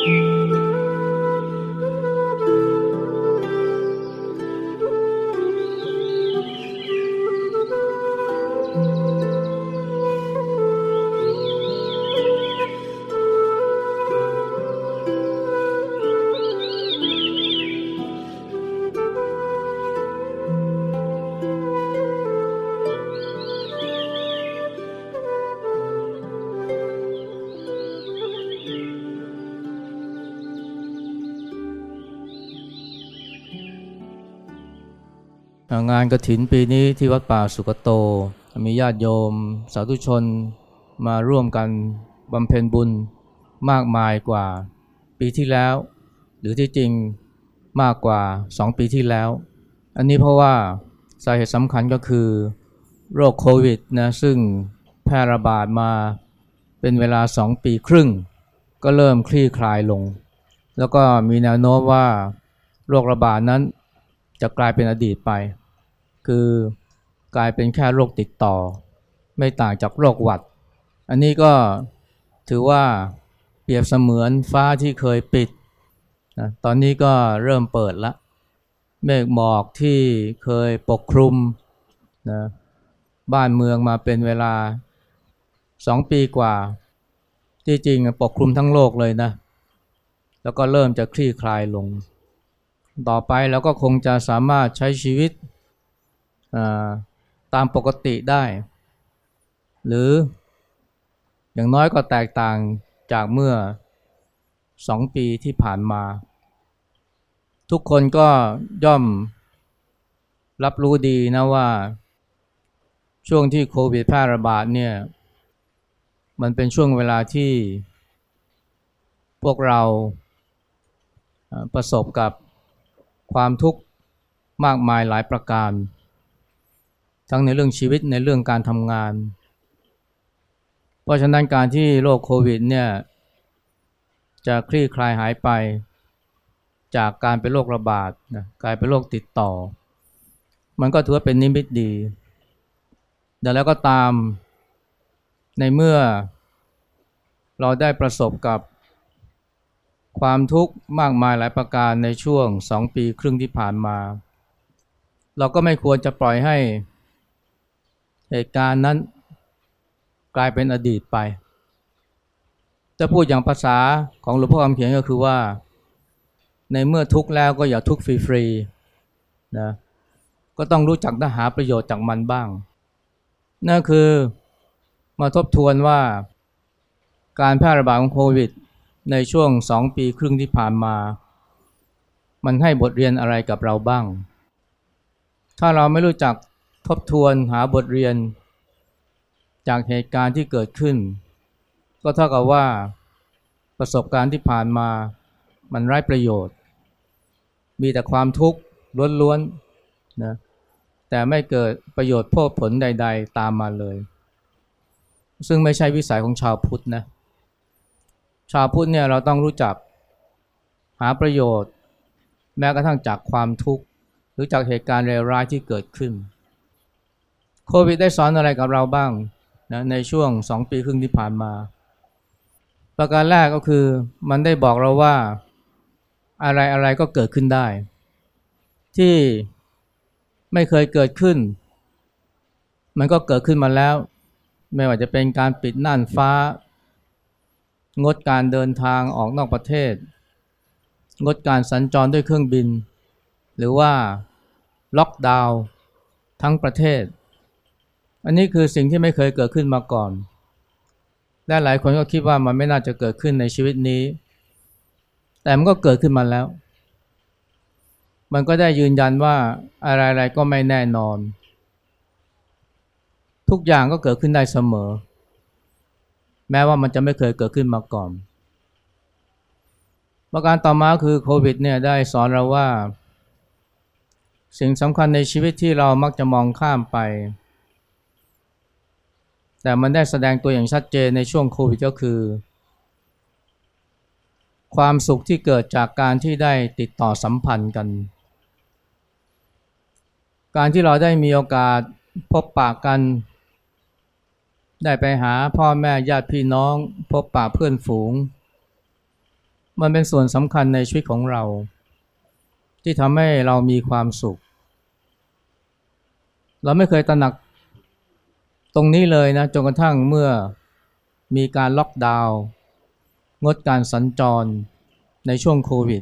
งานกฐินปีนี้ที่วัดป่าสุกโตมีญาติโยมสาธุชนมาร่วมกันบำเพ็ญบุญมากมายกว่าปีที่แล้วหรือที่จริงมากกว่า2 ปีที่แล้วอันนี้เพราะว่าสาเหตุสำคัญก็คือโรคโควิดนะซึ่งแพร่ระบาดมาเป็นเวลา2 ปีครึ่งก็เริ่มคลี่คลายลงแล้วก็มีแนวโน้มว่าโรคระบาดนั้นจะกลายเป็นอดีตไปคือกลายเป็นแค่โรคติดต่อไม่ต่างจากโรคหวัดอันนี้ก็ถือว่าเปรียบเสมือนฟ้าที่เคยปิดนะตอนนี้ก็เริ่มเปิดละเมฆหมอกที่เคยปกคลุมนะบ้านเมืองมาเป็นเวลา2 ปีกว่าที่จริงปกคลุมทั้งโลกเลยนะแล้วก็เริ่มจะคลี่คลายลงต่อไปเราก็คงจะสามารถใช้ชีวิตตามปกติได้หรืออย่างน้อยก็แตกต่างจากเมื่อ2 ปีที่ผ่านมาทุกคนก็ย่อมรับรู้ดีนะว่าช่วงที่โควิดแพร่ระบาดเนี่ยมันเป็นช่วงเวลาที่พวกเราประสบกับความทุกข์มากมายหลายประการทั้งในเรื่องชีวิตในเรื่องการทำงานเพราะฉะนั้นการที่โรคโควิดเนี่ยจะคลี่คลายหายไปจากการเป็นโรคระบาดนะกลายเป็นโรคติดต่อมันก็ถือว่าเป็นนิมิตดีแต่แล้วก็ตามในเมื่อเราได้ประสบกับความทุกข์มากมายหลายประการในช่วง2 ปีครึ่งที่ผ่านมาเราก็ไม่ควรจะปล่อยให้เหตุการณ์นั้นกลายเป็นอดีตไปจะพูดอย่างภาษาของหลวงพ่อคำเขียนก็คือว่าในเมื่อทุกข์แล้วก็อย่าทุกข์ฟรีๆนะก็ต้องรู้จักหาประโยชน์จากมันบ้างนั่นคือมาทบทวนว่าการแพร่ระบาดของโควิดในช่วง2 ปีครึ่งที่ผ่านมามันให้บทเรียนอะไรกับเราบ้างถ้าเราไม่รู้จักทบทวนหาบทเรียนจากเหตุการณ์ที่เกิดขึ้นก็เท่ากับว่าประสบการณ์ที่ผ่านมามันไร้ประโยชน์มีแต่ความทุกข์ล้วนๆนะแต่ไม่เกิดประโยชน์ผลใดๆตามมาเลยซึ่งไม่ใช่วิสัยของชาวพุทธนะชาวพุทธเนี่ยเราต้องรู้จักหาประโยชน์แม้กระทั่งจากความทุกข์หรือจากเหตุการณ์เลวร้ายที่เกิดขึ้นโควิดได้สอนอะไรกับเราบ้างนะในช่วง2 ปีครึ่งที่ผ่านมาประการแรกก็คือมันได้บอกเราว่าอะไรก็เกิดขึ้นได้ที่ไม่เคยเกิดขึ้นมันก็เกิดขึ้นมาแล้วไม่ว่าจะเป็นการปิดน่านฟ้างดการเดินทางออกนอกประเทศงดการสัญจรด้วยเครื่องบินหรือว่าล็อกดาวน์ทั้งประเทศอันนี้คือสิ่งที่ไม่เคยเกิดขึ้นมาก่อนและหลายคนก็คิดว่ามันไม่น่าจะเกิดขึ้นในชีวิตนี้แต่มันก็เกิดขึ้นมาแล้วมันก็ได้ยืนยันว่าอะไรๆก็ไม่แน่นอนทุกอย่างก็เกิดขึ้นได้เสมอแม้ว่ามันจะไม่เคยเกิดขึ้นมาก่อนประการต่อมาคือโควิดเนี่ยได้สอนเราว่าสิ่งสำคัญในชีวิตที่เรามักจะมองข้ามไปแต่มันได้แสดงตัวอย่างชัดเจนในช่วงโควิดก็คือความสุขที่เกิดจากการที่ได้ติดต่อสัมพันธ์กันการที่เราได้มีโอกาสพบปะกันได้ไปหาพ่อแม่ญาติพี่น้องพบปะเพื่อนฝูงมันเป็นส่วนสำคัญในชีวิตของเราที่ทำให้เรามีความสุขเราไม่เคยตระหนักตรงนี้เลยนะจนกระทั่งเมื่อมีการล็อกดาวน์งดการสัญจรในช่วงโควิด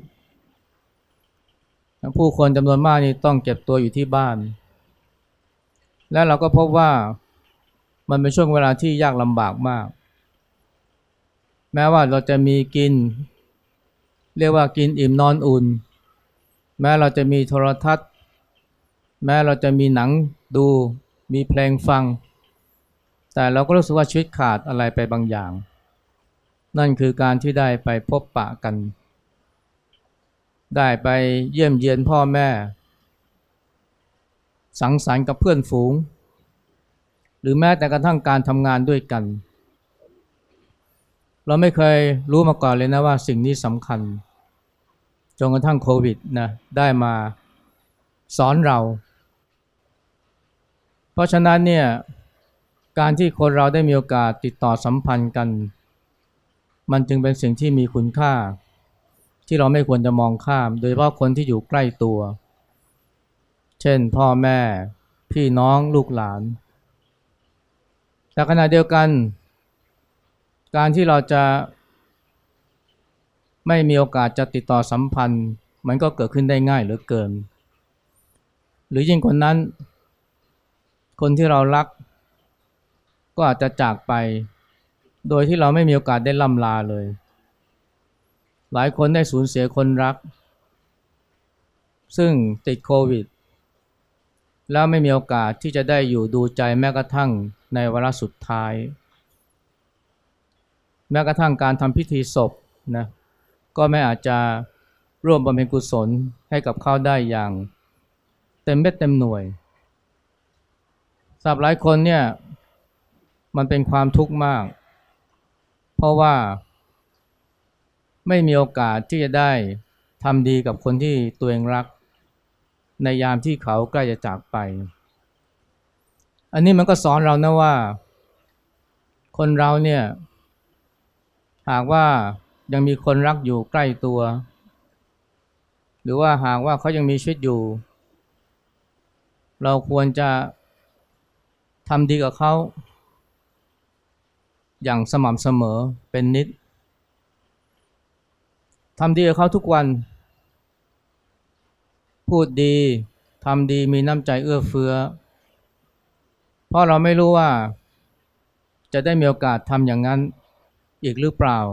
ผู้คนจำนวนมากนี่ต้องเก็บตัวอยู่ที่บ้านและเราก็พบว่ามันเป็นช่วงเวลาที่ยากลำบากมากแม้ว่าเราจะมีกินเรียกว่ากินอิ่มนอนอุ่นแม้เราจะมีโทรทัศน์แม้เราจะมีหนังดูมีเพลงฟังแต่เราก็รู้สึกว่าชีวิตขาดอะไรไปบางอย่างนั่นคือการที่ได้ไปพบปะกันได้ไปเยี่ยมเยียนพ่อแม่สังสรรค์กับเพื่อนฝูงหรือแม้แต่กระทั่งการทำงานด้วยกันเราไม่เคยรู้มาก่อนเลยนะว่าสิ่งนี้สำคัญจนกระทั่งโควิดนะได้มาสอนเราเพราะฉะนั้นเนี่ยการที่คนเราได้มีโอกาสติดต่อสัมพันธ์กันมันจึงเป็นสิ่งที่มีคุณค่าที่เราไม่ควรจะมองข้ามโดยเฉพาะคนที่อยู่ใกล้ตัวเช่นพ่อแม่พี่น้องลูกหลานแต่ขณะเดียวกันการที่เราจะไม่มีโอกาสจะติดต่อสัมพันธ์มันก็เกิดขึ้นได้ง่ายเหลือเกินหรือยิ่งกว่านั้นคนที่เรารักก็อาจจะจากไปโดยที่เราไม่มีโอกาสได้ล่ำลาเลยหลายคนได้สูญเสียคนรักซึ่งติดโควิดแล้วไม่มีโอกาสที่จะได้อยู่ดูใจแม้กระทั่งในวาระสุดท้ายแม้กระทั่งการทำพิธีศพนะก็ไม่อาจจะร่วมบำเพ็ญกุศลให้กับเขาได้อย่างเต็มเม็ดเต็มหน่วยสำหรับหลายคนเนี่ยมันเป็นความทุกข์มากเพราะว่าไม่มีโอกาสที่จะได้ทำดีกับคนที่ตัวเองรักในยามที่เขาใกล้จะจากไปอันนี้มันก็สอนเรานะว่าคนเราเนี่ยหากว่ายังมีคนรักอยู่ใกล้ตัวหรือว่าหากว่าเขายังมีชีวิตอยู่เราควรจะทำดีกับเขาอย่างสม่ำเสมอเป็นนิดทำดีกับเขาทุกวันพูดดีทำดีมีน้ำใจเอื้อเฟื้อเพราะเราไม่รู้ว่าจะได้มีโอกาสทำอย่างนั้นอีกหรือเปล่า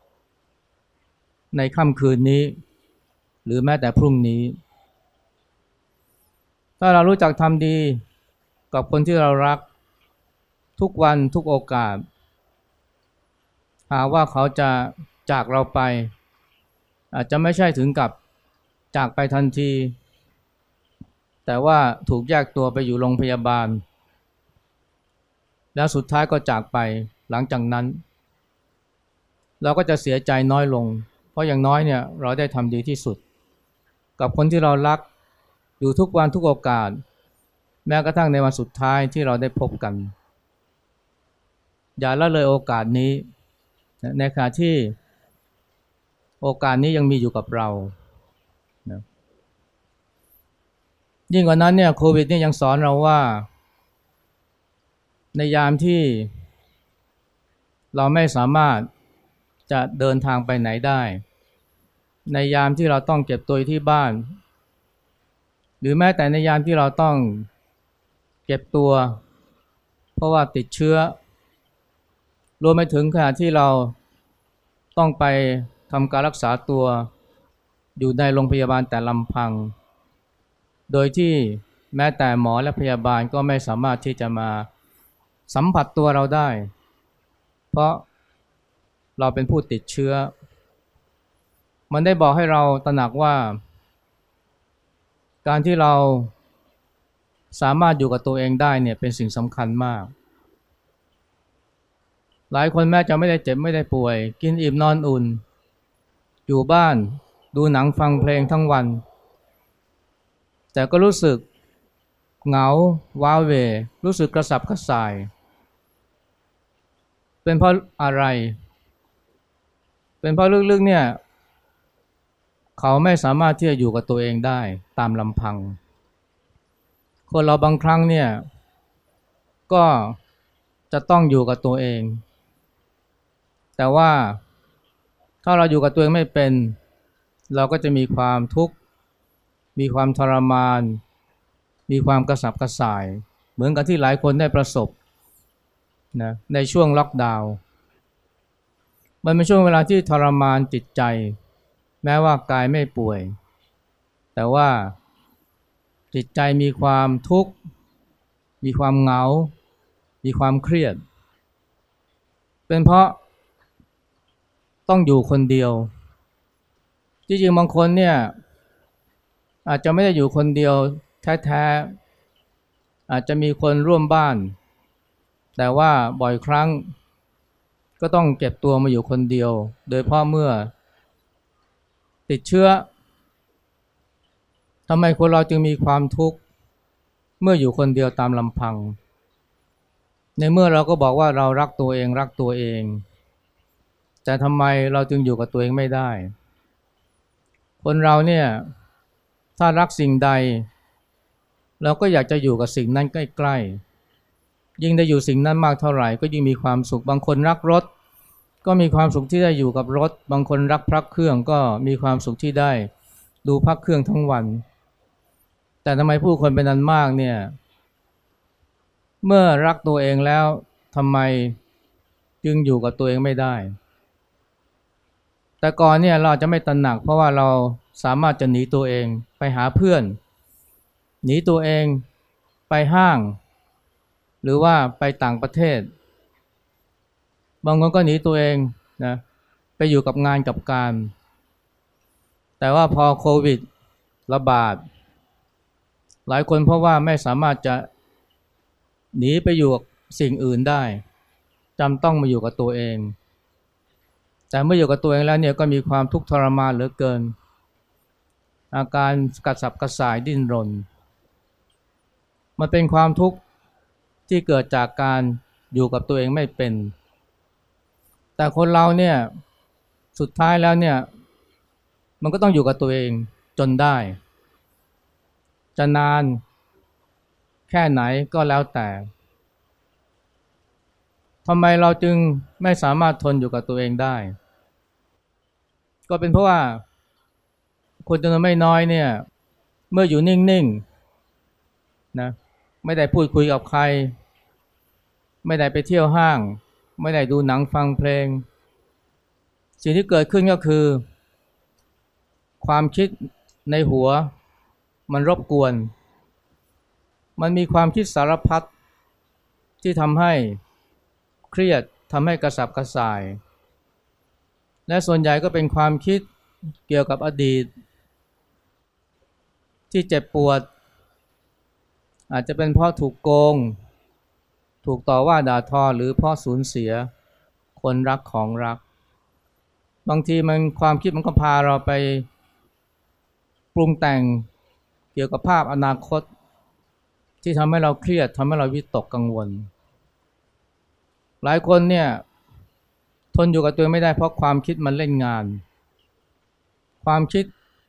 ในค่ำคืนนี้หรือแม้แต่พรุ่งนี้ถ้าเรารู้จักทำดีกับคนที่เรารักทุกวันทุกโอกาสหากว่าเขาจะจากเราไปอาจจะไม่ใช่ถึงกับจากไปทันทีแต่ว่าถูกแยกตัวไปอยู่โรงพยาบาลแล้วสุดท้ายก็จากไปหลังจากนั้นเราก็จะเสียใจน้อยลงเพราะอย่างน้อยเนี่ยเราได้ทำดีที่สุดกับคนที่เรารักอยู่ทุกวันทุกโอกาสแม้กระทั่งในวันสุดท้ายที่เราได้พบกันอย่าละเลยโอกาสนี้ในขณะที่โอกาสนี้ยังมีอยู่กับเรานะยิ่งกว่านั้นเนี่ยโควิดเนี่ยยังสอนเราว่าในยามที่เราไม่สามารถจะเดินทางไปไหนได้ในยามที่เราต้องเก็บตัวอยู่ที่บ้านหรือแม้แต่ในยามที่เราต้องเก็บตัวเพราะว่าติดเชื้อรวมไปถึงขณะที่เราต้องไปทำการรักษาตัวอยู่ในโรงพยาบาลแต่ลำพังโดยที่แม้แต่หมอและพยาบาลก็ไม่สามารถที่จะมาสัมผัสตัวเราได้เพราะเราเป็นผู้ติดเชื้อมันได้บอกให้เราตระหนักว่าการที่เราสามารถอยู่กับตัวเองได้เนี่ยเป็นสิ่งสำคัญมากหลายคนแม้จะไม่ได้เจ็บไม่ได้ป่วยกินอิ่มนอนอุ่นอยู่บ้านดูหนังฟังเพลงทั้งวันแต่ก็รู้สึกเหงาว้าเหวรู้สึกกระสับกระส่ายเป็นเพราะอะไรเป็นเพราะลึกๆเนี่ยเขาไม่สามารถที่จะอยู่กับตัวเองได้ตามลำพังคนเราบางครั้งเนี่ยก็จะต้องอยู่กับตัวเองแต่ว่าถ้าเราอยู่กับตัวเองไม่เป็นเราก็จะมีความทุกข์มีความทรมานมีความกระสับกระส่ายเหมือนกับที่หลายคนได้ประสบนะในช่วงล็อกดาวน์มันเป็นช่วงเวลาที่ทรมานจิตใจแม้ว่ากายไม่ป่วยแต่ว่าจิตใจมีความทุกข์มีความเหงามีความเครียดเป็นเพราะต้องอยู่คนเดียวจริงๆบางคนเนี่ยอาจจะไม่ได้อยู่คนเดียวแท้ๆอาจจะมีคนร่วมบ้านแต่ว่าบ่อยครั้งก็ต้องเก็บตัวมาอยู่คนเดียวโดยเฉพาะเมื่อติดเชื้อทำไมคนเราจึงมีความทุกข์เมื่ออยู่คนเดียวตามลำพังในเมื่อเราก็บอกว่าเรารักตัวเองแต่ทำไมเราจึงอยู่กับตัวเองไม่ได้คนเราเนี่ยถ้ารักสิ่งใดเราก็อยากจะอยู่กับสิ่งนั้นใกล้ๆยิ่งได้อยู่สิ่งนั้นมากเท่าไหร่ก็ยิ่งมีความสุขบางคนรักรถก็มีความสุขที่ได้อยู่กับรถบางคนรักพระเครื่องก็มีความสุขที่ได้ดูพระเครื่องทั้งวันแต่ทำไมผู้คนเป็นอันมากเนี่ยเมื่อรักตัวเองแล้วทำไมจึงอยู่กับตัวเองไม่ได้แต่ก่อนเนี่ยเราจะไม่ตระหนักเพราะว่าเราสามารถจะหนีตัวเองไปหาเพื่อนหนีตัวเองไปห้างหรือว่าไปต่างประเทศบางคนก็หนีตัวเองนะไปอยู่กับงานกับการแต่ว่าพอโควิดระบาดหลายคนเพราะว่าไม่สามารถจะหนีไปอยู่กับสิ่งอื่นได้จำต้องมาอยู่กับตัวเองแต่เมื่ออยู่กับตัวเองแล้วเนี่ยก็มีความทุกข์ทรมานเหลือเกินอาการกระสับกระส่ายดิ้นรนมันเป็นความทุกข์ที่เกิดจากการอยู่กับตัวเองไม่เป็นแต่คนเราเนี่ยสุดท้ายแล้วเนี่ยมันก็ต้องอยู่กับตัวเองจนได้จะนานแค่ไหนก็แล้วแต่ทำไมเราจึงไม่สามารถทนอยู่กับตัวเองได้ก็เป็นเพราะว่าคนจำนวนไม่น้อยเนี่ยเมื่ออยู่นิ่งๆนะไม่ได้พูดคุยกับใครไม่ได้ไปเที่ยวห้างไม่ได้ดูหนังฟังเพลงสิ่งที่เกิดขึ้นก็คือความคิดในหัวมันรบกวนมันมีความคิดสารพัดที่ทำให้เครียดทำให้กระสับกระส่ายและส่วนใหญ่ก็เป็นความคิดเกี่ยวกับอดีตที่เจ็บปวดอาจจะเป็นเพราะถูกโกงถูกต่อว่าด่าทอหรือเพราะสูญเสียคนรักของรักบางทีความคิดมันก็พาเราไปปรุงแต่งเกี่ยวกับภาพอนาคตที่ทำให้เราเครียดทำให้เราวิตกกังวลหลายคนเนี่ยทนอยู่กับตัวไม่ได้เพราะความคิดมันเล่นงานความคิด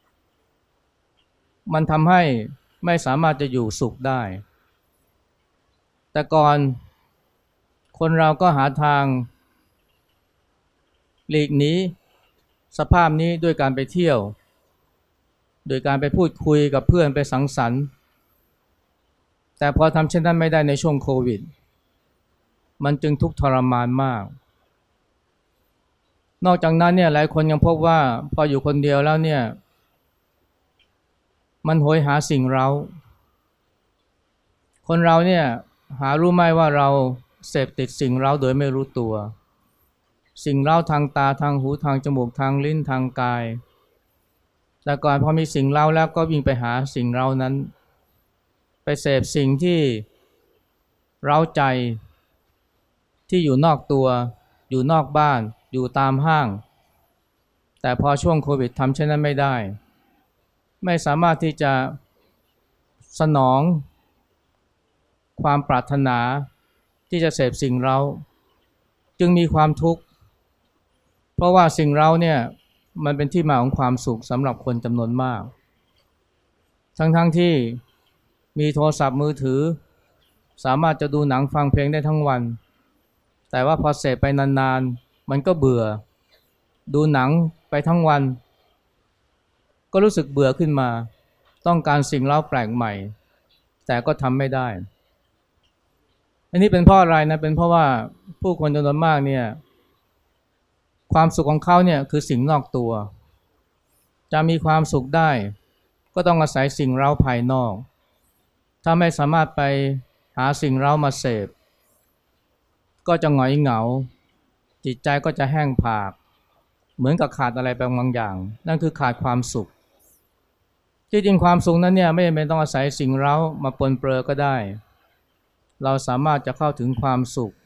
มันทำให้ไม่สามารถจะอยู่สุขได้แต่ก่อนคนเราก็หาทางหลีกหนีสภาพนี้ด้วยการไปเที่ยวโดยการไปพูดคุยกับเพื่อนไปสังสรรค์แต่พอทำเช่นนั้นไม่ได้ในช่วงโควิดมันจึงทุกข์ทรมานมากนอกจากนั้นเนี่ยหลายคนยังพบว่าพออยู่คนเดียวแล้วเนี่ยมันโหยหาสิ่งเร้าคนเราเนี่ยหารู้ไหมว่าเราเสพติดสิ่งเร้าโดยไม่รู้ตัวสิ่งเร้าทางตาทางหูทางจมูกทางลิ้นทางกายแต่ก่อนพอมีสิ่งเร้าแล้วก็วิ่งไปหาสิ่งเร้านั้นไปเสพสิ่งที่เร้าใจที่อยู่นอกตัวอยู่นอกบ้านอยู่ตามห้างแต่พอช่วงโควิดทำเช่นนั้นไม่ได้ไม่สามารถที่จะสนองความปรารถนาที่จะเสพสิ่งเร้าจึงมีความทุกข์เพราะว่าสิ่งเร้าเนี่ยมันเป็นที่มาของความสุขสำหรับคนจำนวนมากทั้งที่มีโทรศัพท์มือถือสามารถจะดูหนังฟังเพลงได้ทั้งวันแต่ว่าพอเสพไปนานๆมันก็เบื่อดูหนังไปทั้งวันก็รู้สึกเบื่อขึ้นมาต้องการสิ่งเร้าแปลกใหม่แต่ก็ทำไม่ได้อันนี้เป็นเพราะอะไรนะเป็นเพราะว่าผู้คนจำนวนมากเนี่ยความสุขของเขาเนี่ยคือสิ่งนอกตัวจะมีความสุขได้ก็ต้องอาศัยสิ่งเร้าภายนอกถ้าไม่สามารถไปหาสิ่งเร้ามาเสพก็จะหงอยเหงาจิตใจก็จะแห้งผากเหมือนกับขาดอะไรไปบางอย่างนั่นคือขาดความสุขที่จริงความสุขนั้นเนี่ยไม่จำเป็นต้องอาศัยสิ่งเร้ามาปนเปื้อก็ได้เราสามารถจะเข้าถึงความสุข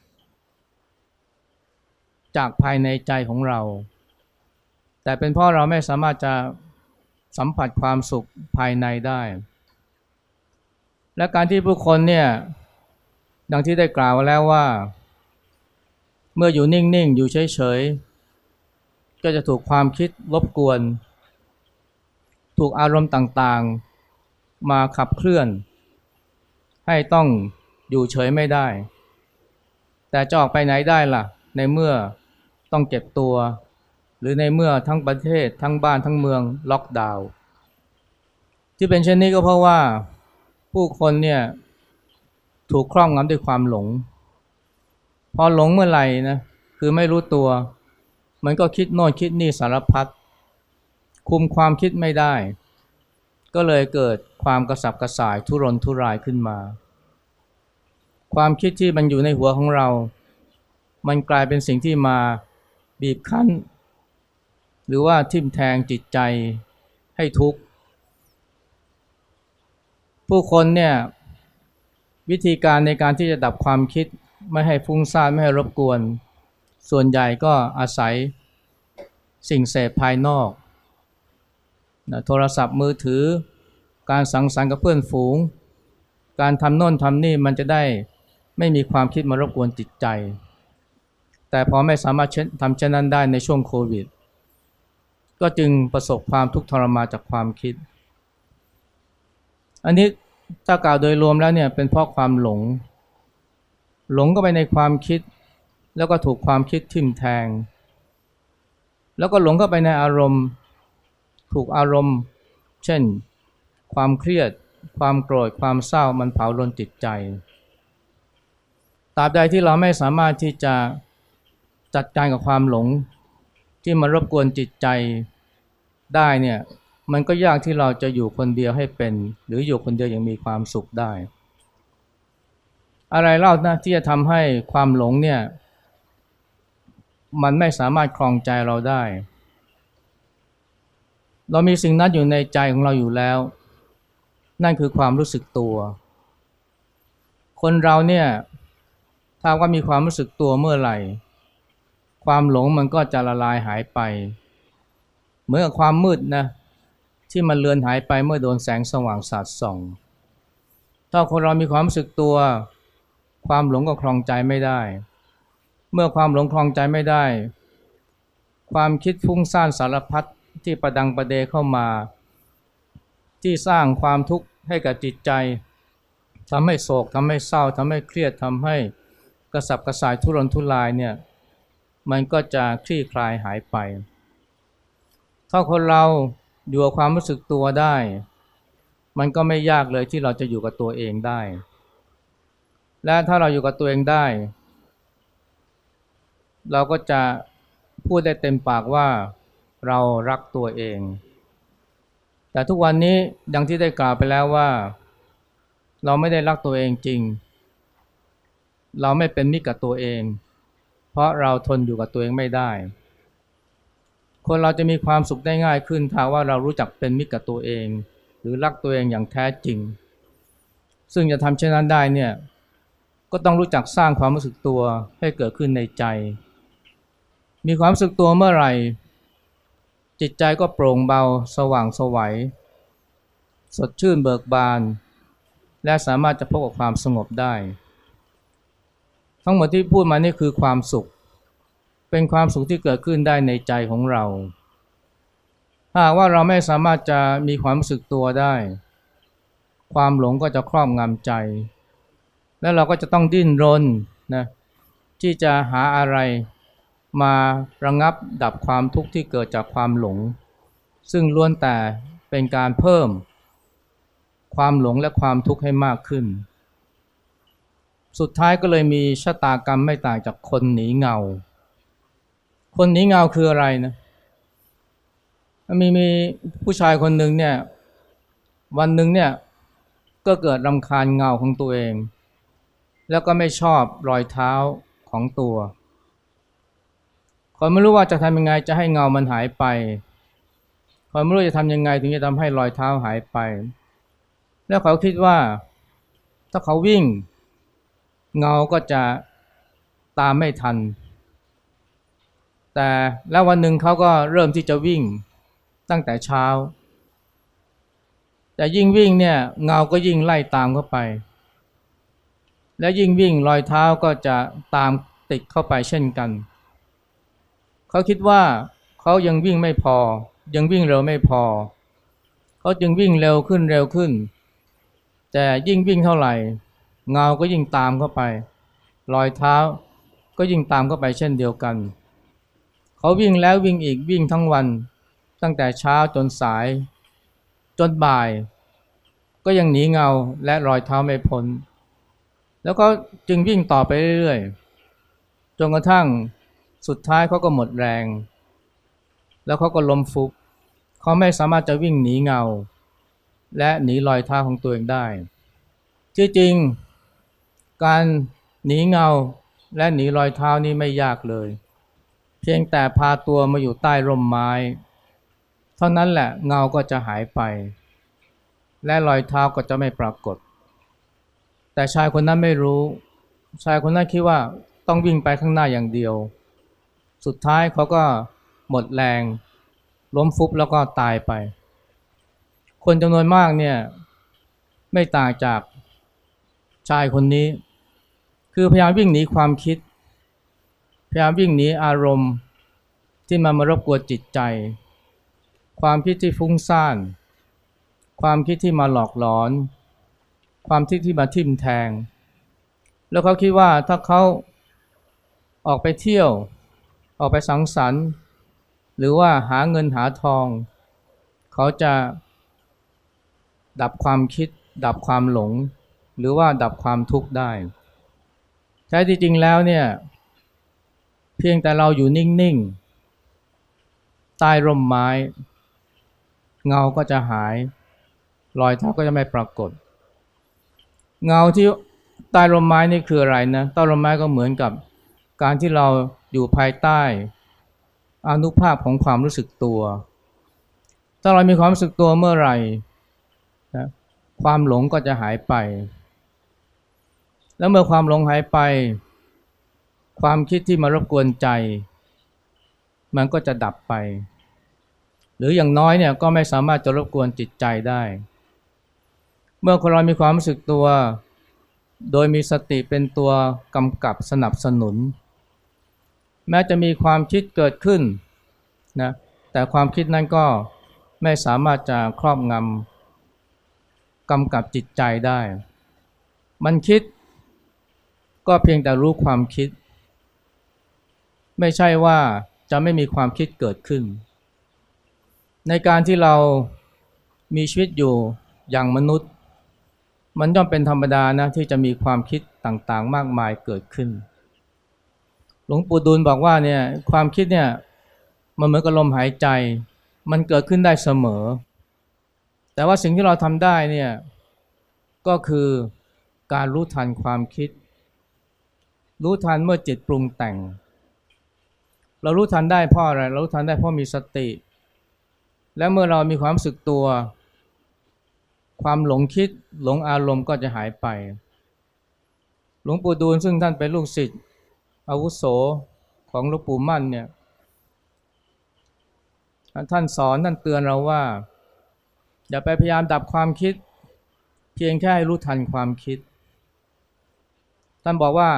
จากภายในใจของเราแต่เป็นเพราะเราไม่สามารถจะสัมผัสความสุขภายในได้และการที่ผู้คนเนี่ยดังที่ได้กล่าวแล้วว่าเมื่ออยู่นิ่งๆอยู่เฉยๆก็จะถูกความคิดรบกวนถูกอารมณ์ต่างๆมาขับเคลื่อนให้ต้องอยู่เฉยไม่ได้แต่จะออกไปไหนได้ล่ะในเมื่อต้องเก็บตัวหรือในเมื่อทั้งประเทศทั้งบ้านทั้งเมืองล็อกดาวน์ที่เป็นเช่นนี้ก็เพราะว่าผู้คนเนี่ยถูกครอบงำด้วยความหลงพอหลงเมื่อไหร่นะคือไม่รู้ตัวมันก็คิดโน่นคิดนี่สารพัดคุมความคิดไม่ได้ก็เลยเกิดความกระสับกระส่ายทุรนทุรายขึ้นมาความคิดที่มันอยู่ในหัวของเรามันกลายเป็นสิ่งที่มาบีบคั้นหรือว่าทิ่มแทงจิตใจให้ทุกข์ผู้คนเนี่ยวิธีการในการที่จะดับความคิดไม่ให้ฟุ้งซ่านไม่ให้รบกวนส่วนใหญ่ก็อาศัยสิ่งเสพภายนอกนะโทรศัพท์มือถือการสังสรรค์กับเพื่อนฝูงการทำโน่นทำนี่มันจะได้ไม่มีความคิดมารบกวนจิตใจแต่พอไม่สามารถทำเช่นนั้นได้ในช่วงโควิดก็จึงประสบความทุกข์ทรมานจากความคิดอันนี้ถ้ากล่าวโดยรวมแล้วเนี่ยเป็นเพราะความหลงก็ไปในความคิดแล้วก็ถูกความคิดทิ่มแทงแล้วก็หลงเข้าไปในอารมณ์ถูกอารมณ์เช่นความเครียดความโกรธความเศร้ามันเผาลนจิตใจตราบใดที่เราไม่สามารถที่จะจัดการกับความหลงที่มารบกวนจิตใจได้เนี่ยมันก็ยากที่เราจะอยู่คนเดียวให้เป็นหรืออยู่คนเดียวอย่างมีความสุขได้อะไรเล่านะที่จะทำให้ความหลงเนี่ยมันไม่สามารถครองใจเราได้เรามีสิ่งนั้นอยู่ในใจของเราอยู่แล้วนั่นคือความรู้สึกตัวคนเราเนี่ยถ้าว่ามีความรู้สึกตัวเมื่อไหร่ความหลงมันก็จะละลายหายไปเหมือนกับความมืดนะที่มันเลือนหายไปเมื่อโดนแสงสว่างสาดส่องถ้าคนเรามีความรู้สึกตัวความหลงก็ครองใจไม่ได้เมื่อความหลงครองใจไม่ได้ความคิดฟุ้งซ่านสารพัดที่ประดังประเดเข้ามาที่สร้างความทุกข์ให้กับจิตใจทำให้โศกทำให้เศร้าทำให้เครียดทำให้กระสับกระส่ายทุรนทุรายเนี่ยมันก็จะคลี่คลายหายไปถ้าคนเราอยู่กับความรู้สึกตัวได้มันก็ไม่ยากเลยที่เราจะอยู่กับตัวเองได้และถ้าเราอยู่กับตัวเองได้เราก็จะพูดได้เต็มปากว่าเรารักตัวเองแต่ทุกวันนี้ดังที่ได้กล่าวไปแล้วว่าเราไม่ได้รักตัวเองจริงเราไม่เป็นมิตรกับตัวเองเพราะเราทนอยู่กับตัวเองไม่ได้คนเราจะมีความสุขได้ง่ายขึ้นถ้าว่าเรารู้จักเป็นมิตรกับตัวเองหรือรักตัวเองอย่างแท้จริงซึ่งจะทำเช่นนั้นได้เนี่ยก็ต้องรู้จักสร้างความรู้สึกตัวให้เกิดขึ้นในใจมีความรู้สึกตัวเมื่อไหร่จิตใจก็โปร่งเบาสว่างไสวสดชื่นเบิกบานและสามารถจะพบกับความสงบได้ทั้งหมดที่พูดมานี่คือความสุขเป็นความสุขที่เกิดขึ้นได้ในใจของเราถ้าว่าเราไม่สามารถจะมีความรู้สึกตัวได้ความหลงก็จะครอบงำใจแล้วเราก็จะต้องดิ้นรนนะที่จะหาอะไรมาระงับดับความทุกข์ที่เกิดจากความหลงซึ่งล้วนแต่เป็นการเพิ่มความหลงและความทุกข์ให้มากขึ้นสุดท้ายก็เลยมีชะตากรรมไม่ต่างจากคนหนีเงาคนหนีเงาคืออะไรนะมีผู้ชายคนหนึ่งเนี่ยวันหนึ่งเนี่ยก็เกิดรำคาญเงาของตัวเองแล้วก็ไม่ชอบรอยเท้าของตัวเขาไม่รู้ว่าจะทำยังไงจะให้เงามันหายไปเขาไม่รู้จะทำยังไงถึงจะทำให้รอยเท้าหายไปแล้วเขาคิดว่าถ้าเขาวิ่งเงาก็จะตามไม่ทันแต่แล้ววันหนึ่งเขาก็เริ่มที่จะวิ่งตั้งแต่เช้าแต่ยิ่งวิ่งเนี่ยเงาก็ยิ่งไล่ตามเข้าไปและยิ่งวิ่งรอยเท้าก็จะตามติดเข้าไปเช่นกันเขาคิดว่าเขายังวิ่งไม่พอยังวิ่งเร็วไม่พอเขาจึงวิ่งเร็วขึ้นแต่ยิ่งวิ่งเท่าไหร่เงาก็ยิ่งตามเข้าไปรอยเท้าก็ยิ่งตามเข้าไปเช่นเดียวกันเขาวิ่งแล้ววิ่งอีกวิ่งทั้งวันตั้งแต่เช้าจนสายจนบ่ายก็ยังหนีเงาและรอยเท้าไม่พ้นแล้วก็จึงวิ่งต่อไปเรื่อยๆจนกระทั่งสุดท้ายเขาก็หมดแรงแล้วเขาก็ล้มฟุบเขาไม่สามารถจะวิ่งหนีเงาและหนีรอยเท้าของตัวเองได้ที่จริงการหนีเงาและหนีรอยเท้านี่ไม่ยากเลยเพียงแต่พาตัวมาอยู่ใต้ร่มไม้เท่านั้นแหละเงาก็จะหายไปและรอยเท้าก็จะไม่ปรากฏแต่ชายคนนั้นไม่รู้ชายคนนั้นคิดว่าต้องวิ่งไปข้างหน้าอย่างเดียวสุดท้ายเขาก็หมดแรงล้มฟุบแล้วก็ตายไปคนจำนวนมากเนี่ยไม่ต่างจากชายคนนี้คือพยายามวิ่งหนีความคิดพยายามวิ่งหนีอารมณ์ที่มันมารบกวนจิตใจความคิดที่ฟุ้งซ่านความคิดที่มาหลอกหลอนความคิดที่มาทิ่มแทงแล้วเขาคิดว่าถ้าเขาออกไปเที่ยวออกไปสังสรรค์หรือว่าหาเงินหาทองเขาจะดับความคิดดับความหลงหรือว่าดับความทุกข์ได้แท้ที่จริงแล้วเนี่ยเพียงแต่เราอยู่นิ่งๆใต้ร่มไม้เงาก็จะหายรอยเท้าก็จะไม่ปรากฏเงาที่ใต้ร่มไม้นี่คืออะไรนะใต้ร่มไม้ก็เหมือนกับการที่เราอยู่ภายใต้อานุภาพของความรู้สึกตัวถ้าเรามีความรู้สึกตัวเมื่อไหร่นะความหลงก็จะหายไปแล้วเมื่อความหลงหายไปความคิดที่มารบกวนใจมันก็จะดับไปหรืออย่างน้อยเนี่ยก็ไม่สามารถจะรบกวนจิตใจได้เมื่อคนเรามีความรู้สึกตัวโดยมีสติเป็นตัวกำกับสนับสนุนแม้จะมีความคิดเกิดขึ้นนะแต่ความคิดนั้นก็ไม่สามารถจะครอบงำกำกับจิตใจได้มันคิดก็เพียงแต่รู้ความคิดไม่ใช่ว่าจะไม่มีความคิดเกิดขึ้นในการที่เรามีชีวิตอยู่อย่างมนุษย์มันย่อมเป็นธรรมดานะที่จะมีความคิดต่างๆมากมายเกิดขึ้นหลวงปู่ดูลบอกว่าเนี่ยความคิดเนี่ยมันเหมือนกับลมหายใจมันเกิดขึ้นได้เสมอแต่ว่าสิ่งที่เราทำได้เนี่ยก็คือการรู้ทันความคิดรู้ทันเมื่อจิตปรุงแต่งเรารู้ทันได้เพราะอะไรเรารู้ทันได้เพราะมีสติและเมื่อเรามีความรู้สึกตัวความหลงคิดหลงอารมณ์ก็จะหายไปหลวงปู่ดูลซึ่งท่านเป็นลูกศิษย์อาวุโสของหลวงปู่มั่นเนี่ยท่านสอนท่านเตือนเราว่าอย่าไปพยายามดับความคิดเพียงแค่ให้รู้ทันความคิดท่านบอกว่า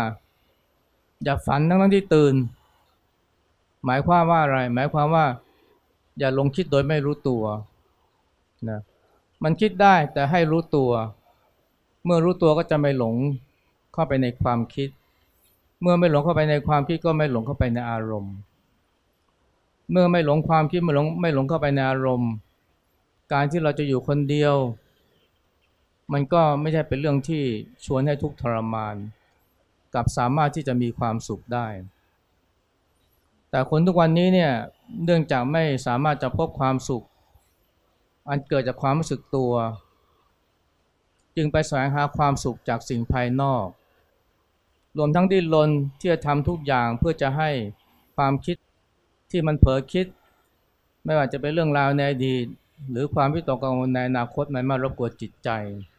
อย่าฝันทั้งที่ตื่นหมายความว่าอะไรหมายความว่าอย่าหลงคิดโดยไม่รู้ตัวนะมันคิดได้แต่ให้รู้ตัวเมื่อรู้ตัวก็จะไม่หลงเข้าไปในความคิดเมื่อไม่หลงเข้าไปในความคิดก็ไม่หลงเข้าไปในอารมณ์เมื่อไม่หลงความคิดไม่หลงเข้าไปในอารมณ์การที่เราจะอยู่คนเดียวมันก็ไม่ใช่เป็นเรื่องที่ชวนให้ทุกข์ทรมานกลับสามารถที่จะมีความสุขได้แต่คนทุกวันนี้เนี่ยเนื่องจากไม่สามารถจะพบความสุขอันเกิดจากความรู้สึกตัวจึงไปแสวงหาความสุขจากสิ่งภายนอกรวมทั้งดิ้นรนที่จะทำทุกอย่างเพื่อจะให้ความคิดที่มันเผลอคิดไม่ว่าจะเป็นเรื่องราวในอดีตหรือความวิตกกังวลในอนาคตมันมารบกวนจิตใจ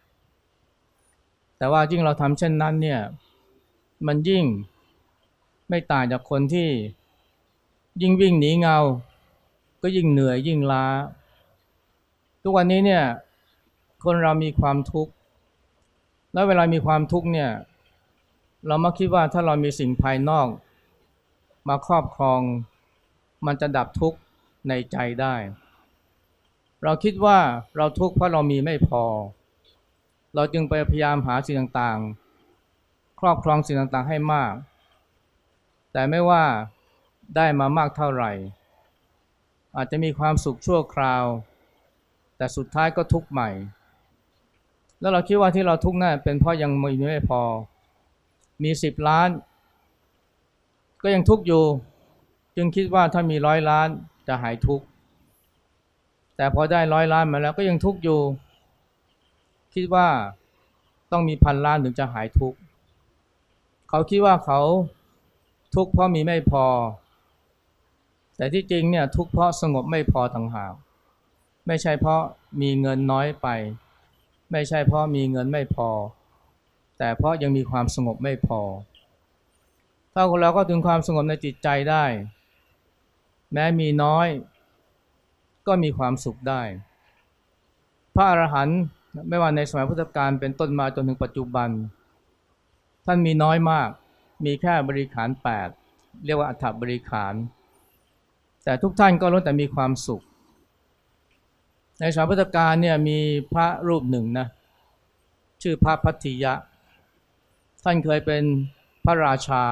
แต่ว่ายิ่งเราทำเช่นนั้นเนี่ยมันยิ่งไม่ต่างจากคนที่ยิ่งวิ่งหนีเงาก็ยิ่งเหนื่อยยิ่งล้าทุกวันนี้เนี่ยคนเรามีความทุกข์แล้วเวลามีความทุกข์เนี่ยเรามักคิดว่าถ้าเรามีสิ่งภายนอกมาครอบครองมันจะดับทุกข์ในใจได้เราคิดว่าเราทุกข์เพราะเรามีไม่พอเราจึงไปพยายามหาสิ่งต่างๆครอบครองสิ่งต่างๆให้มากแต่ไม่ว่าได้มามากเท่าไหร่อาจจะมีความสุขชั่วคราวแต่สุดท้ายก็ทุกข์ใหม่แล้วเราคิดว่าที่เราทุกข์นั่นเป็นเพราะยังมีไม่พอมี10 ล้านก็ยังทุกข์อยู่จึงคิดว่าถ้ามี100 ล้านจะหายทุกข์แต่พอได้100 ล้านมาแล้วก็ยังทุกข์อยู่คิดว่าต้องมี1,000 ล้านถึงจะหายทุกข์เขาคิดว่าเขาทุกข์เพราะมีไม่พอแต่ที่จริงเนี่ยทุกข์เพราะสงบไม่พอต่างหากไม่ใช่เพราะมีเงินน้อยไปไม่ใช่เพราะมีเงินไม่พอแต่เพราะยังมีความสงบไม่พอถ้าเราก็ถึงความสงบในจิตใจได้แม้มีน้อยก็มีความสุขได้พระอรหันต์ไม่ว่าในสมัยพุทธกาลเป็นต้นมาจนถึงปัจจุบันท่านมีน้อยมากมีแค่บริขาร8เรียกว่าอัฏฐบริขารแต่ทุกท่านก็ล้วนแต่มีความสุขในสมัยพุทธกาลเนี่ยมีพระรูปหนึ่งนะชื่อพระพัทธิยะท่านเคยเป็นพระราชา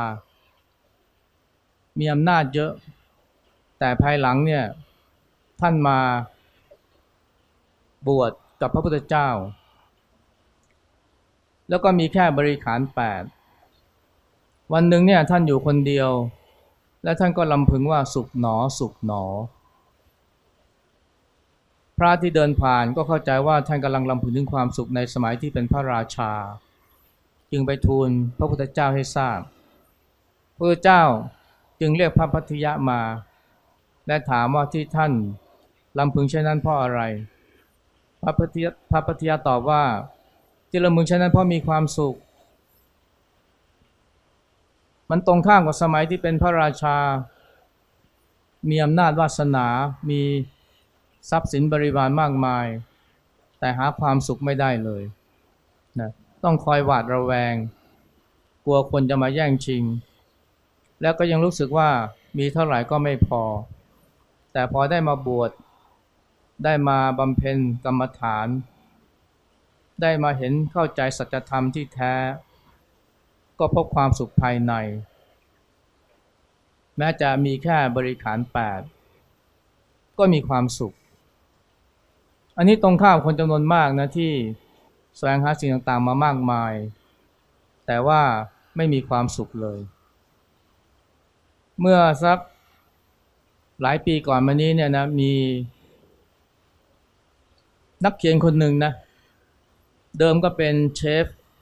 มีอำนาจเยอะแต่ภายหลังเนี่ยท่านมาบวชกับพระพุทธเจ้าแล้วก็มีแค่บริขาร8วันหนึ่งเนี่ยท่านอยู่คนเดียวและท่านก็ลำพึงว่าสุขหนอสุขหนอพระที่เดินผ่านก็เข้าใจว่าท่านกำลังลำพึงถึงความสุขในสมัยที่เป็นพระราชาจึงไปทูลพระพุทธเจ้าให้ทราบพระพุทธเจ้าจึงเรียกพระพัทธิยะมาและถามว่าที่ท่านลำพึงเช่นนั้นเพราะอะไรพระพัทธิยะตอบว่าที่ลำพึงเช่นนั้นเพราะมีความสุขมันตรงข้ามกับสมัยที่เป็นพระราชามีอำนาจวาสนามีทรัพย์สินบริวารมากมายแต่หาความสุขไม่ได้เลยนะต้องคอยหวาดระแวงกลัวคนจะมาแย่งชิงแล้วก็ยังรู้สึกว่ามีเท่าไหร่ก็ไม่พอแต่พอได้มาบวชได้มาบำเพ็ญกรรมฐานได้มาเห็นเข้าใจสัจธรรมที่แท้ก็พบความสุขภายในแม้จะมีแค่บริขาร8ก็มีความสุขอันนี้ตรงข้ามคนจำนวนมากนะที่แสวงหาสิ่งต่างๆมามากมายแต่ว่าไม่มีความสุขเลยเมื่อสักหลายปีก่อนมานี้เนี่ยนะมีนักเขียนคนหนึ่งนะเดิมก็เป็นเชฟ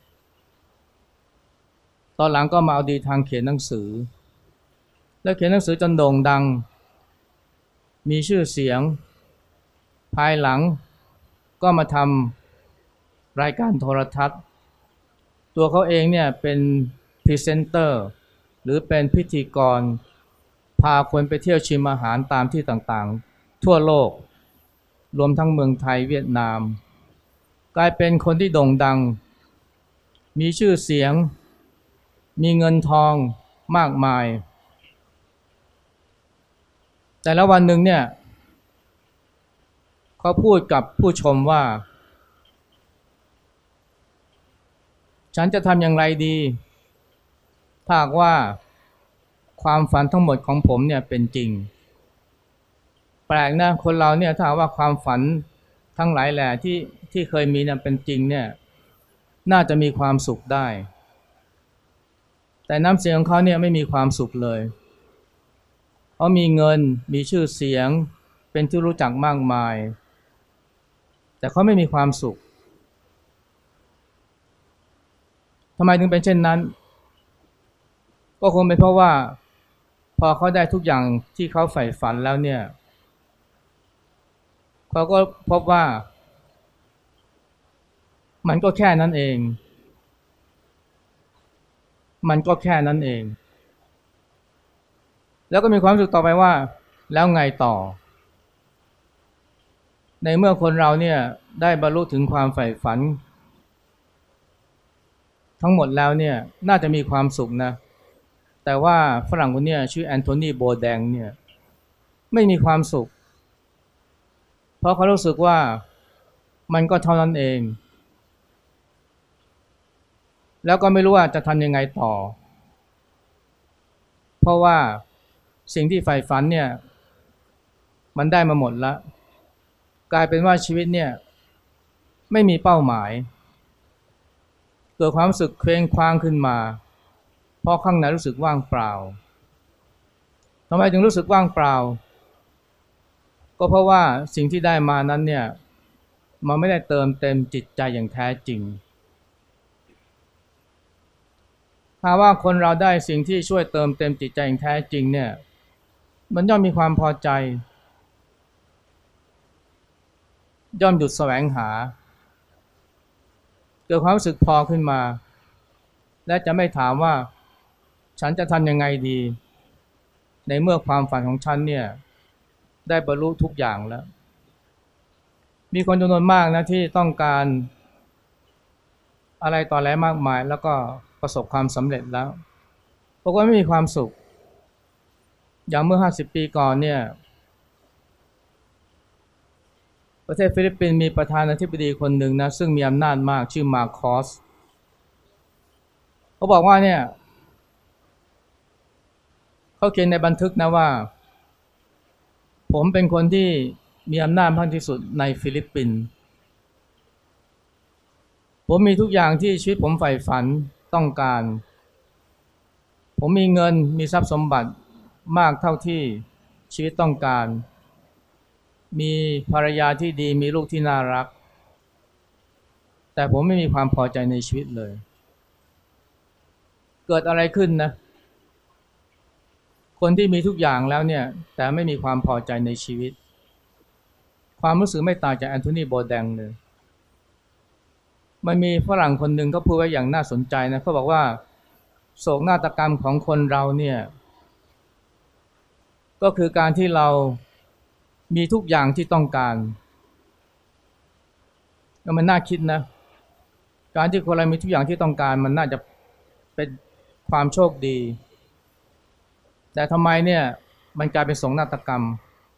ตอนหลังก็มาเอาดีทางเขียนหนังสือแล้วเขียนหนังสือจนโด่งดังมีชื่อเสียงภายหลังก็มาทำรายการโทรทัศน์ตัวเขาเองเนี่ยเป็นพรีเซนเตอร์หรือเป็นพิธีกรพาคนไปเที่ยวชิมอาหารตามที่ต่างๆทั่วโลกรวมทั้งเมืองไทยเวียดนามกลายเป็นคนที่โด่งดังมีชื่อเสียงมีเงินทองมากมายแต่ละวันหนึ่งเนี่ยเขาพูดกับผู้ชมว่าฉันจะทำอย่างไรดีถ้าหากว่าความฝันทั้งหมดของผมเนี่ยเป็นจริงแปลกนะคนเราเนี่ยถ้าว่าความฝันทั้งหลายแหล่ที่เคยมีเนี่ยเป็นจริงเนี่ยน่าจะมีความสุขได้แต่น้ำเสียงของเขาเนี่ยไม่มีความสุขเลยเขามีเงินมีชื่อเสียงเป็นที่รู้จักมากมายแต่เขาไม่มีความสุขทำไมถึงเป็นเช่นนั้นก็คงเป็นเพราะว่าพอเขาได้ทุกอย่างที่เขาใฝ่ฝันแล้วเนี่ยเขาก็พบว่ามันก็แค่นั้นเองมันก็แค่นั้นเองแล้วก็มีความรู้สึกต่อไปว่าแล้วไงต่อในเมื่อคนเราเนี่ยได้บรรลุถึงความใฝ่ฝันทั้งหมดแล้วเนี่ยน่าจะมีความสุขนะแต่ว่าฝรั่งคนนี้ชื่อแอนโทนีโบแดงเนี่ยไม่มีความสุขเพราะเขารู้สึกว่ามันก็เท่านั้นเองแล้วก็ไม่รู้ว่าจะทำยังไงต่อเพราะว่าสิ่งที่ใฝ่ฝันเนี่ยมันได้มาหมดแล้วกลายเป็นว่าชีวิตเนี่ยไม่มีเป้าหมายเกิดความรู้สึกเคว้งคว้างขึ้นมาเพราะข้างในรู้สึกว่างเปล่าทำไมถึงรู้สึกว่างเปล่าก็เพราะว่าสิ่งที่ได้มานั้นเนี่ยมันไม่ได้เติมเต็มจิตใจอย่างแท้จริงถ้าว่าคนเราได้สิ่งที่ช่วยเติมเต็มจิตใจอย่างแท้จริงเนี่ยมันย่อมมีความพอใจย่อมหยุดแสวงหาเกิดความรู้สึกพอขึ้นมาและจะไม่ถามว่าฉันจะทำยังไงดีในเมื่อความฝันของฉันเนี่ยได้บรรลุทุกอย่างแล้วมีคนจำนวนมากนะที่ต้องการอะไรต่ออะไรมากมายแล้วก็ประสบความสำเร็จแล้วเพราะว่าไม่มีความสุขอย่างเมื่อ50 ปีก่อนเนี่ยประเทศฟิลิปปินส์มีประธานาธิบดีคนหนึ่งนะซึ่งมีอำนาจมากชื่อมาโคสเขาบอกว่าเนี่ยเขาเขียนในบันทึกนะว่าผมเป็นคนที่มีอำนาจมากที่สุดในฟิลิปปินส์ผมมีทุกอย่างที่ชีวิตผมใฝ่ฝันต้องการผมมีเงินมีทรัพย์สมบัติมากเท่าที่ชีวิตต้องการมีภรรยาที่ดีมีลูกที่น่ารักแต่ผมไม่มีความพอใจในชีวิตเลยเกิดอะไรขึ้นนะคนที่มีทุกอย่างแล้วเนี่ยแต่ไม่มีความพอใจในชีวิตความรู้สึกไม่ต่างจากแอนโทนีโบแดงเลยมันมีฝรั่งคนหนึ่งเขาพูดไว้อย่างน่าสนใจนะเขาบอกว่าโศกนาฏกรรมของคนเราเนี่ยก็คือการที่เรามีทุกอย่างที่ต้องการแล้วมันน่าคิดนะการที่คนเรามีทุกอย่างที่ต้องการมันน่าจะเป็นความโชคดีแต่ทำไมเนี่ยมันกลายเป็นโศกนาฏกรรม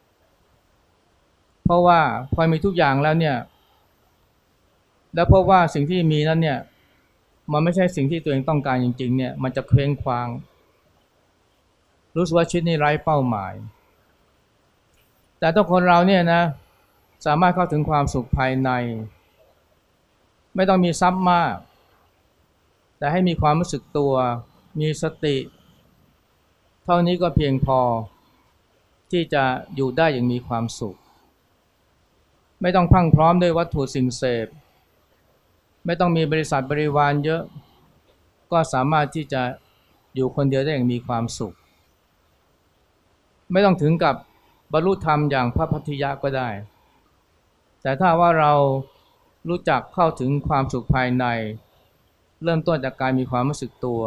เพราะว่าพอมีทุกอย่างแล้วเนี่ยแล้วพบว่าสิ่งที่มีนั้นเนี่ยมันไม่ใช่สิ่งที่ตัวเองต้องการจริงๆเนี่ยมันจะเคว้งคว้างรู้สึกว่าชีวิตนี้ไร้เป้าหมายแต่ถ้าคนเราเนี่ยนะสามารถเข้าถึงความสุขภายในไม่ต้องมีทรัพย์มากแต่ให้มีความรู้สึกตัวมีสติเท่านี้ก็เพียงพอที่จะอยู่ได้อย่างมีความสุขไม่ต้องพรั่งพร้อมด้วยวัตถุสิ่งเสพไม่ต้องมีบริษัทบริวารเยอะก็สามารถที่จะอยู่คนเดียวได้อย่างมีความสุขไม่ต้องถึงกับบรรลุธรรมอย่างพระพัทธิยะก็ได้แต่ถ้าว่าเรารู้จักเข้าถึงความสุขภายในเริ่มต้นจากการมีความรู้สึกตัว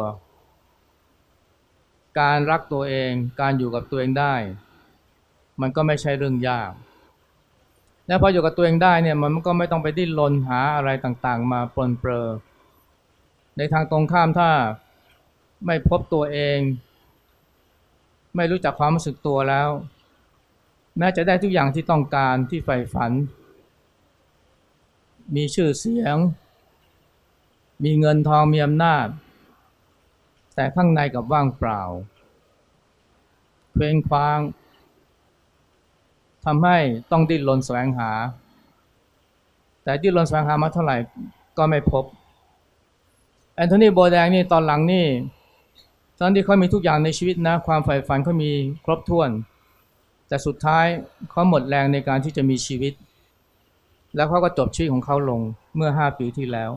การรักตัวเองการอยู่กับตัวเองได้มันก็ไม่ใช่เรื่องยากและพออยู่กับตัวเองได้เนี่ยมันก็ไม่ต้องไปดิ้นรนหาอะไรต่างๆมาปลนเปลือในทางตรงข้ามถ้าไม่พบตัวเองไม่รู้จักความรู้สึกตัวแล้วแม้จะได้ทุกอย่างที่ต้องการที่ใฝ่ฝันมีชื่อเสียงมีเงินทองมีอำนาจแต่ข้างในกับว่างเปล่าเคว้งคว้างทำให้ต้องดิ้นรนแสวงหาแต่ดิ้นรนแสวงหามาเท่าไหร่ก็ไม่พบแอนโทนีโบแดงนี่ตอนหลังนี่ตอนที่เขามีทุกอย่างในชีวิตนะความใฝ่ฝันเขามีครบถ้วนแต่สุดท้ายเขาหมดแรงในการที่จะมีชีวิตแล้วเขาก็จบชีวิตของเขาลงเมื่อ5 ปีที่แล้ว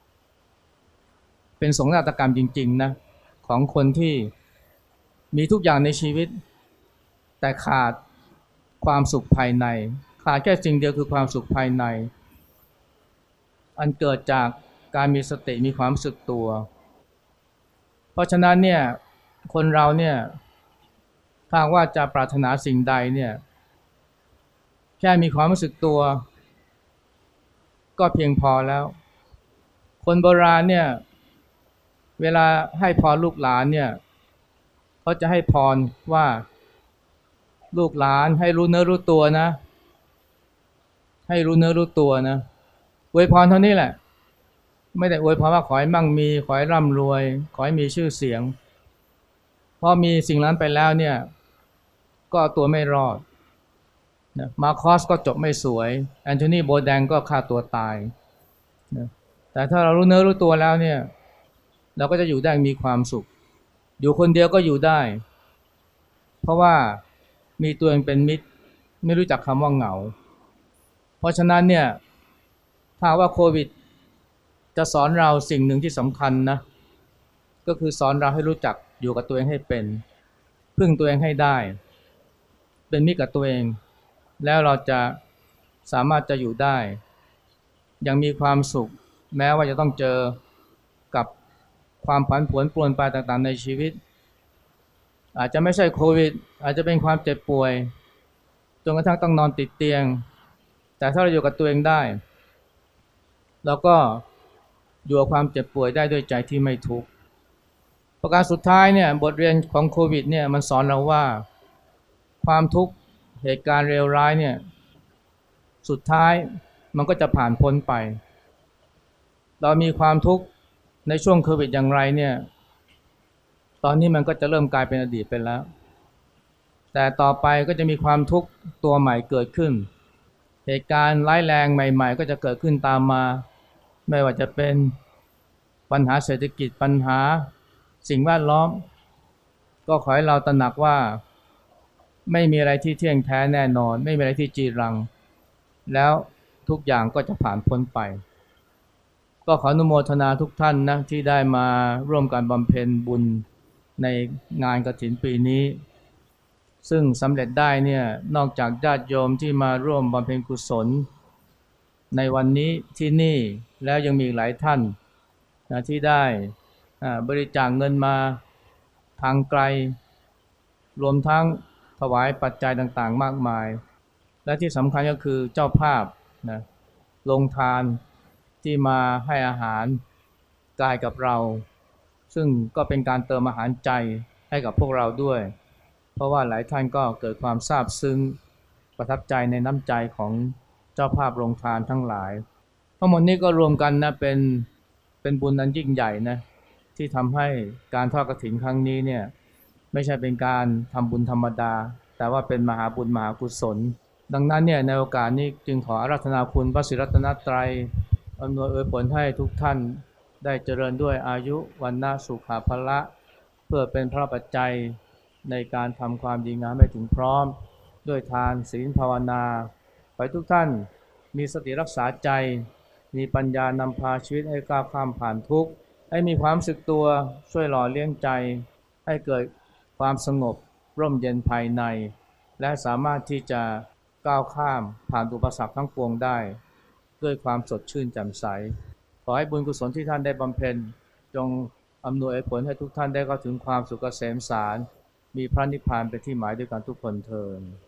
เป็นโศกนาฏกรรมจริงๆนะของคนที่มีทุกอย่างในชีวิตแต่ขาดความสุขภายในขาดแค่สิ่งเดียวคือความสุขภายในอันเกิดจากการมีสติมีความรู้สึกตัวเพราะฉะนั้นเนี่ยคนเราเนี่ยถ้าว่าจะปรารถนาสิ่งใดเนี่ยแค่มีความรู้สึกตัวก็เพียงพอแล้วคนโบราณเนี่ยเวลาให้พรลูกหลานเนี่ยเขาจะให้พรว่าลูกหลานให้รู้เนื้อรู้ตัวนะให้รู้เนื้อรู้ตัวนะอวยพรเท่านี้แหละไม่ได้อวยพรว่าขอให้มั่งมีขอให้ร่ำรวยขอให้มีชื่อเสียงพอมีสิ่งนั้นไปแล้วเนี่ยก็ตัวไม่รอดนะมาคอสก็จบไม่สวยแอนโทนีโบแดงก็ฆ่าตัวตายนะแต่ถ้าเรารู้เนื้อรู้ตัวแล้วเนี่ยเราก็จะอยู่ได้มีความสุขอยู่คนเดียวก็อยู่ได้เพราะว่ามีตัวเองเป็นมิตรไม่รู้จักคำว่าเหงาเพราะฉะนั้นเนี่ยถ้าว่าโควิดจะสอนเราสิ่งหนึ่งที่สำคัญนะก็คือสอนเราให้รู้จักอยู่กับตัวเองให้เป็นพึ่งตัวเองให้ได้เป็นมิตรกับตัวเองแล้วเราจะสามารถจะอยู่ได้ยังมีความสุขแม้ว่าจะต้องเจอกับความผันผวนปรวนไปต่างๆในชีวิตอาจจะไม่ใช่โควิดอาจจะเป็นความเจ็บป่วยจนกระทั่งต้องนอนติดเตียงแต่ถ้าเราอยู่กับตัวเองได้เราก็อยู่กับความเจ็บป่วยได้ด้วยใจที่ไม่ทุกข์ประการสุดท้ายเนี่ยบทเรียนของโควิดเนี่ยมันสอนเราว่าความทุกข์เหตุการณ์เลวร้ายเนี่ยสุดท้ายมันก็จะผ่านพ้นไปเรามีความทุกข์ในช่วงโควิดอย่างไรเนี่ยตอนนี้มันก็จะเริ่มกลายเป็นอดีตไปแล้วแต่ต่อไปก็จะมีความทุกข์ตัวใหม่เกิดขึ้นเหตุการณ์ร้ายแรงใหม่ๆก็จะเกิดขึ้นตามมาไม่ว่าจะเป็นปัญหาเศรษฐกิจปัญหาสิ่งแวดล้อมก็ขอให้เราตระหนักว่าไม่มีอะไรที่เที่ยงแท้แน่นอนไม่มีอะไรที่จีรังแล้วทุกอย่างก็จะผ่านพ้นไปก็ขออนุโมทนาทุกท่านนะที่ได้มาร่วมกันบำเพ็ญบุญในงานกฐินปีนี้ซึ่งสำเร็จได้เนี่ยนอกจากญาติโยมที่มาร่วมบำเพ็ญกุศลในวันนี้ที่นี่แล้วยังมีหลายท่านนะที่ได้บริจาคเงินมาทางไกลรวมทั้งถวายปัจจัยต่างๆมากมายและที่สำคัญก็คือเจ้าภาพนะลงทานที่มาให้อาหารกายกับเราซึ่งก็เป็นการเติมอาหารใจให้กับพวกเราด้วยเพราะว่าหลายท่านก็เกิดความซาบซึ้งประทับใจในน้ำใจของเจ้าภาพโรงทานทั้งหลายทั้งหมดนี้ก็รวมกันนะเป็นบุญอันยิ่งใหญ่นะที่ทำให้การทอดกฐินครั้งนี้เนี่ยไม่ใช่เป็นการทำบุญธรรมดาแต่ว่าเป็นมหาบุญมหากุศลดังนั้นเนี่ยในโอกาสนี้จึงขออาราธนาคุณพระศรีรัตนตรัยอำนวยอวยผลให้ทุกท่านได้เจริญด้วยอายุวันนะสุขภละเพื่อเป็นพระปัจจัยในการทำความดีงามให้ถึงพร้อมด้วยทานศีลภาวนาขอให้ทุกท่านมีสติรักษาใจมีปัญญานำพาชีวิตให้ก้าวข้ามผ่านทุกข์ให้มีความสึกตัวช่วยหล่อเลี้ยงใจให้เกิดความสงบร่มเย็นภายในและสามารถที่จะก้าวข้ามผ่านอุปสรรคทั้งปวงได้ด้วยความสดชื่นแจ่มใสขอให้บุญกุศลที่ท่านได้บำเพ็ญจงอำนวยผลให้ทุกท่านได้เข้าถึงความสุขเกษมสารมีพระนิพพานเป็นที่หมายด้วยกันทุกคนเทอญ